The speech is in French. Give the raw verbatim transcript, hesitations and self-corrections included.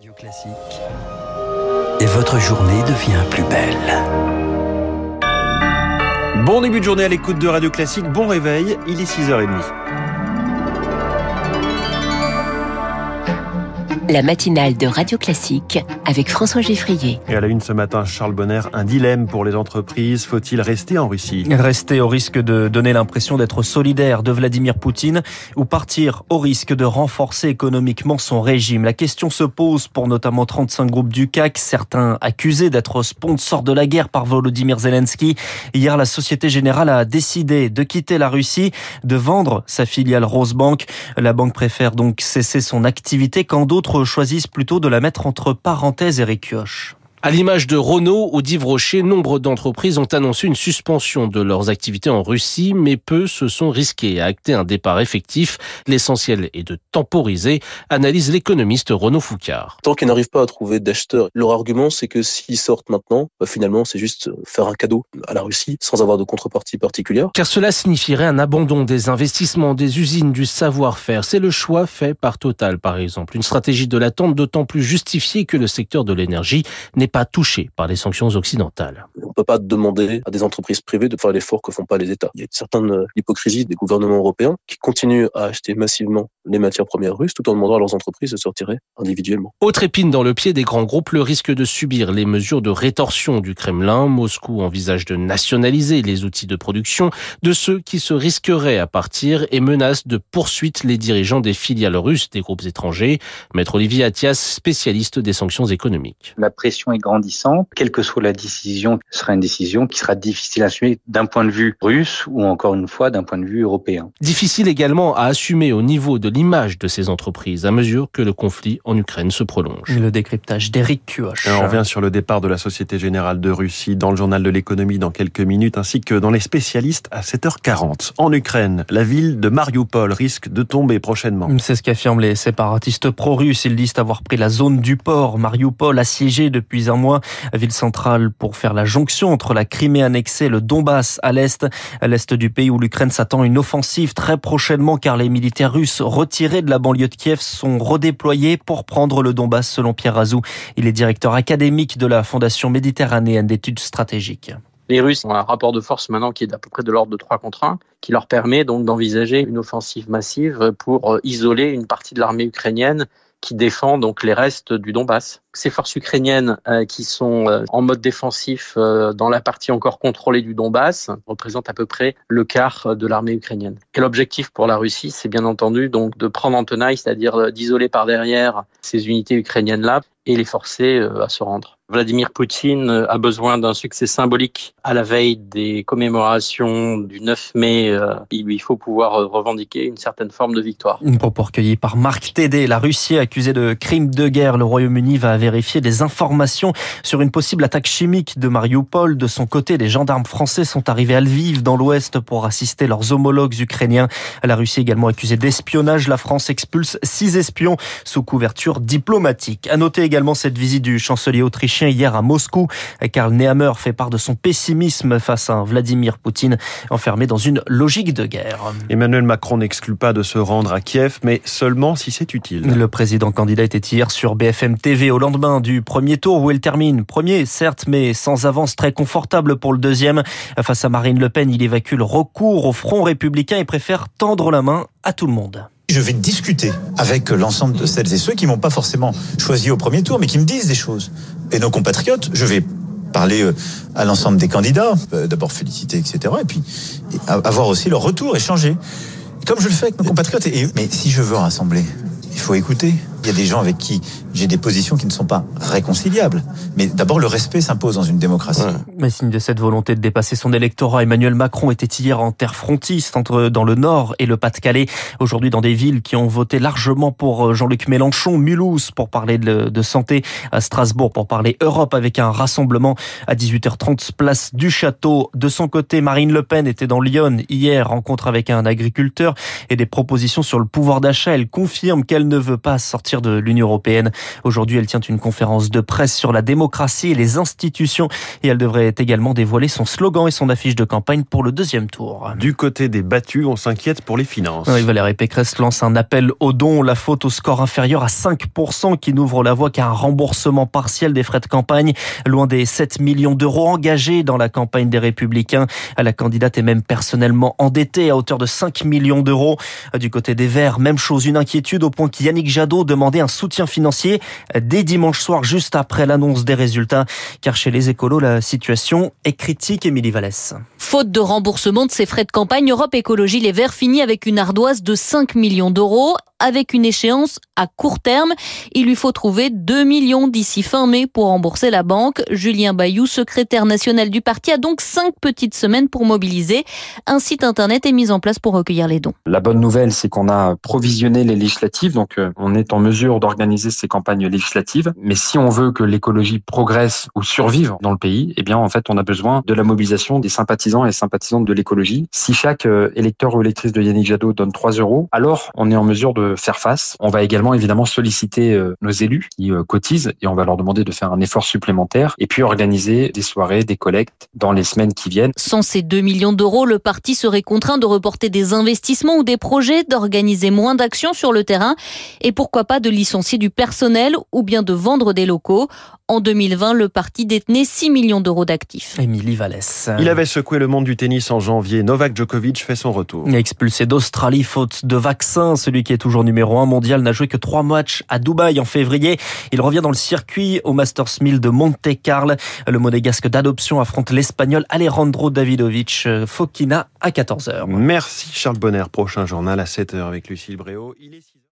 Radio Classique. Et votre journée devient plus belle. Bon début de journée à l'écoute de Radio Classique, bon réveil, il est six heures trente. La matinale de Radio Classique avec François Geffrier. Et à la une ce matin, Charles Bonner, un dilemme pour les entreprises. Faut-il rester en Russie ? Rester au risque de donner l'impression d'être solidaire de Vladimir Poutine ou partir au risque de renforcer économiquement son régime. La question se pose pour notamment trente-cinq groupes du C A C, certains accusés d'être sponsors de la guerre par Volodymyr Zelensky. Hier, la Société Générale a décidé de quitter la Russie, de vendre sa filiale Rosebank. La banque préfère donc cesser son activité quand d'autres choisissent plutôt de la mettre entre parenthèses. Éric Kioch. À l'image de Renault ou d'Yves Rocher, nombre d'entreprises ont annoncé une suspension de leurs activités en Russie, mais peu se sont risqués à acter un départ effectif. L'essentiel est de temporiser, analyse l'économiste Renaud Foucard. Tant qu'ils n'arrivent pas à trouver d'acheteurs, leur argument c'est que s'ils sortent maintenant, bah finalement c'est juste faire un cadeau à la Russie sans avoir de contrepartie particulière. Car cela signifierait un abandon des investissements, des usines, du savoir-faire. C'est le choix fait par Total par exemple. Une stratégie de l'attente d'autant plus justifiée que le secteur de l'énergie n'est pas touché par les sanctions occidentales. On ne peut pas demander à des entreprises privées de faire l'effort que font pas les États. Il y a une certaine hypocrisie des gouvernements européens qui continuent à acheter massivement les matières premières russes tout en demandant à leurs entreprises de se retirer individuellement. Autre épine dans le pied des grands groupes, le risque de subir les mesures de rétorsion du Kremlin. Moscou envisage de nationaliser les outils de production de ceux qui se risqueraient à partir et menace de poursuite les dirigeants des filiales russes des groupes étrangers. Maître Olivier Attias, spécialiste des sanctions économiques. La pression est grandissante. Quelle que soit la décision, ce sera une décision qui sera difficile à assumer d'un point de vue russe ou encore une fois d'un point de vue européen. Difficile également à assumer au niveau de l'image de ces entreprises à mesure que le conflit en Ukraine se prolonge. Le décryptage d'Éric Kioch. On revient sur le départ de la Société Générale de Russie dans le journal de l'économie dans quelques minutes ainsi que dans les spécialistes à sept heures quarante. En Ukraine, la ville de Mariupol risque de tomber prochainement. C'est ce qu'affirment les séparatistes pro-russes. Ils disent avoir pris la zone du port. Mariupol assiégée depuis un mois, ville centrale pour faire la jonction entre la Crimée annexée et le Donbass à l'est, à l'est du pays où l'Ukraine s'attend à une offensive très prochainement car les militaires russes retirés de la banlieue de Kiev sont redéployés pour prendre le Donbass selon Pierre Razou. Il est directeur académique de la Fondation méditerranéenne d'études stratégiques. Les Russes ont un rapport de force maintenant qui est d'à peu près de l'ordre de trois contre un, qui leur permet donc d'envisager une offensive massive pour isoler une partie de l'armée ukrainienne qui défend donc les restes du Donbass. Ces forces ukrainiennes euh, qui sont euh, en mode défensif euh, dans la partie encore contrôlée du Donbass représentent à peu près le quart de l'armée ukrainienne. Et l'objectif pour la Russie, c'est bien entendu donc de prendre en tenaille, c'est-à-dire d'isoler par derrière ces unités ukrainiennes-là et les forcer euh, à se rendre. Vladimir Poutine a besoin d'un succès symbolique à la veille des commémorations du neuf mai. Il lui faut pouvoir revendiquer une certaine forme de victoire. Une propos recueillie par Marc Tédé. La Russie accusée de crimes de guerre. Le Royaume-Uni va vérifier des informations sur une possible attaque chimique de Mariupol. De son côté, les gendarmes français sont arrivés à Lviv dans l'ouest pour assister leurs homologues ukrainiens. La Russie également accusée d'espionnage. La France expulse six espions sous couverture diplomatique. À noter également cette visite du chancelier autrichien hier à Moscou. Karl Nehammer fait part de son pessimisme face à un Vladimir Poutine enfermé dans une logique de guerre. Emmanuel Macron n'exclut pas de se rendre à Kiev, mais seulement si c'est utile. Le président candidat était hier sur B F M T V au lendemain du premier tour où il termine. Premier, certes, mais sans avance très confortable pour le deuxième. Face à Marine Le Pen, il évacue le recours au Front républicain et préfère tendre la main à tout le monde. Je vais discuter avec l'ensemble de celles et ceux qui m'ont pas forcément choisi au premier tour, mais qui me disent des choses. Et nos compatriotes, je vais parler à l'ensemble des candidats, d'abord féliciter, et cetera. Et puis avoir aussi leur retour, échanger. Comme je le fais avec nos compatriotes. Et, mais si je veux rassembler, il faut écouter. Il y a des gens avec qui j'ai des positions qui ne sont pas réconciliables. Mais d'abord, le respect s'impose dans une démocratie. Ouais. Mais signe de cette volonté de dépasser son électorat, Emmanuel Macron était hier en terre frontiste entre dans le Nord et le Pas-de-Calais. Aujourd'hui, dans des villes qui ont voté largement pour Jean-Luc Mélenchon, Mulhouse pour parler de, de santé, à Strasbourg pour parler Europe avec un rassemblement à dix-huit heures trente, place du Château. De son côté, Marine Le Pen était dans Lyon hier, rencontre avec un agriculteur et des propositions sur le pouvoir d'achat. Elle confirme qu'elle ne veut pas sortir sortir de l'Union européenne. Aujourd'hui, elle tient une conférence de presse sur la démocratie et les institutions et elle devrait également dévoiler son slogan et son affiche de campagne pour le deuxième tour. Du côté des battus, on s'inquiète pour les finances. Oui, Valérie Pécresse lance un appel aux dons. La faute au score inférieur à cinq pour cent qui n'ouvre la voie qu'à un remboursement partiel des frais de campagne, loin des sept millions d'euros engagés dans la campagne des Républicains. La candidate est même personnellement endettée à hauteur de cinq millions d'euros. Du côté des Verts, même chose, une inquiétude au point qu'Yannick Jadot demandait un soutien financier dès dimanche soir, juste après l'annonce des résultats. Car chez les écolos, la situation est critique. Émilie Vallès. Faute de remboursement de ses frais de campagne, Europe Écologie Les Verts finit avec une ardoise de cinq millions d'euros. Avec une échéance à court terme, il lui faut trouver deux millions d'ici fin mai pour rembourser la banque. Julien Bayou, secrétaire national du parti, a donc cinq petites semaines pour mobiliser. Un site internet est mis en place pour recueillir les dons. La bonne nouvelle, c'est qu'on a provisionné les législatives, donc on est en mesure d'organiser ces campagnes législatives. Mais si on veut que l'écologie progresse ou survive dans le pays, eh bien en fait, on a besoin de la mobilisation des sympathisants et sympathisantes de l'écologie. Si chaque électeur ou électrice de Yannick Jadot donne trois euros, alors on est en mesure de faire face. On va également évidemment solliciter euh, nos élus qui euh, cotisent et on va leur demander de faire un effort supplémentaire et puis organiser des soirées, des collectes dans les semaines qui viennent. Sans ces deux millions d'euros, le parti serait contraint de reporter des investissements ou des projets, d'organiser moins d'actions sur le terrain et pourquoi pas de licencier du personnel ou bien de vendre des locaux. En deux mille vingt, le parti détenait six millions d'euros d'actifs. Émilie Vallès. Il avait secoué le monde du tennis en janvier. Novak Djokovic fait son retour. Expulsé d'Australie faute de vaccin, celui qui est toujours numéro un mondial n'a joué que trois matchs à Dubaï en février. Il revient dans le circuit au Masters mille de Monte-Carlo. Le monégasque d'adoption affronte l'Espagnol Alejandro Davidovich Fokina à quatorze heures. Merci Charles Bonner. Prochain journal à sept heures avec Lucille Bréau. Il est six heures.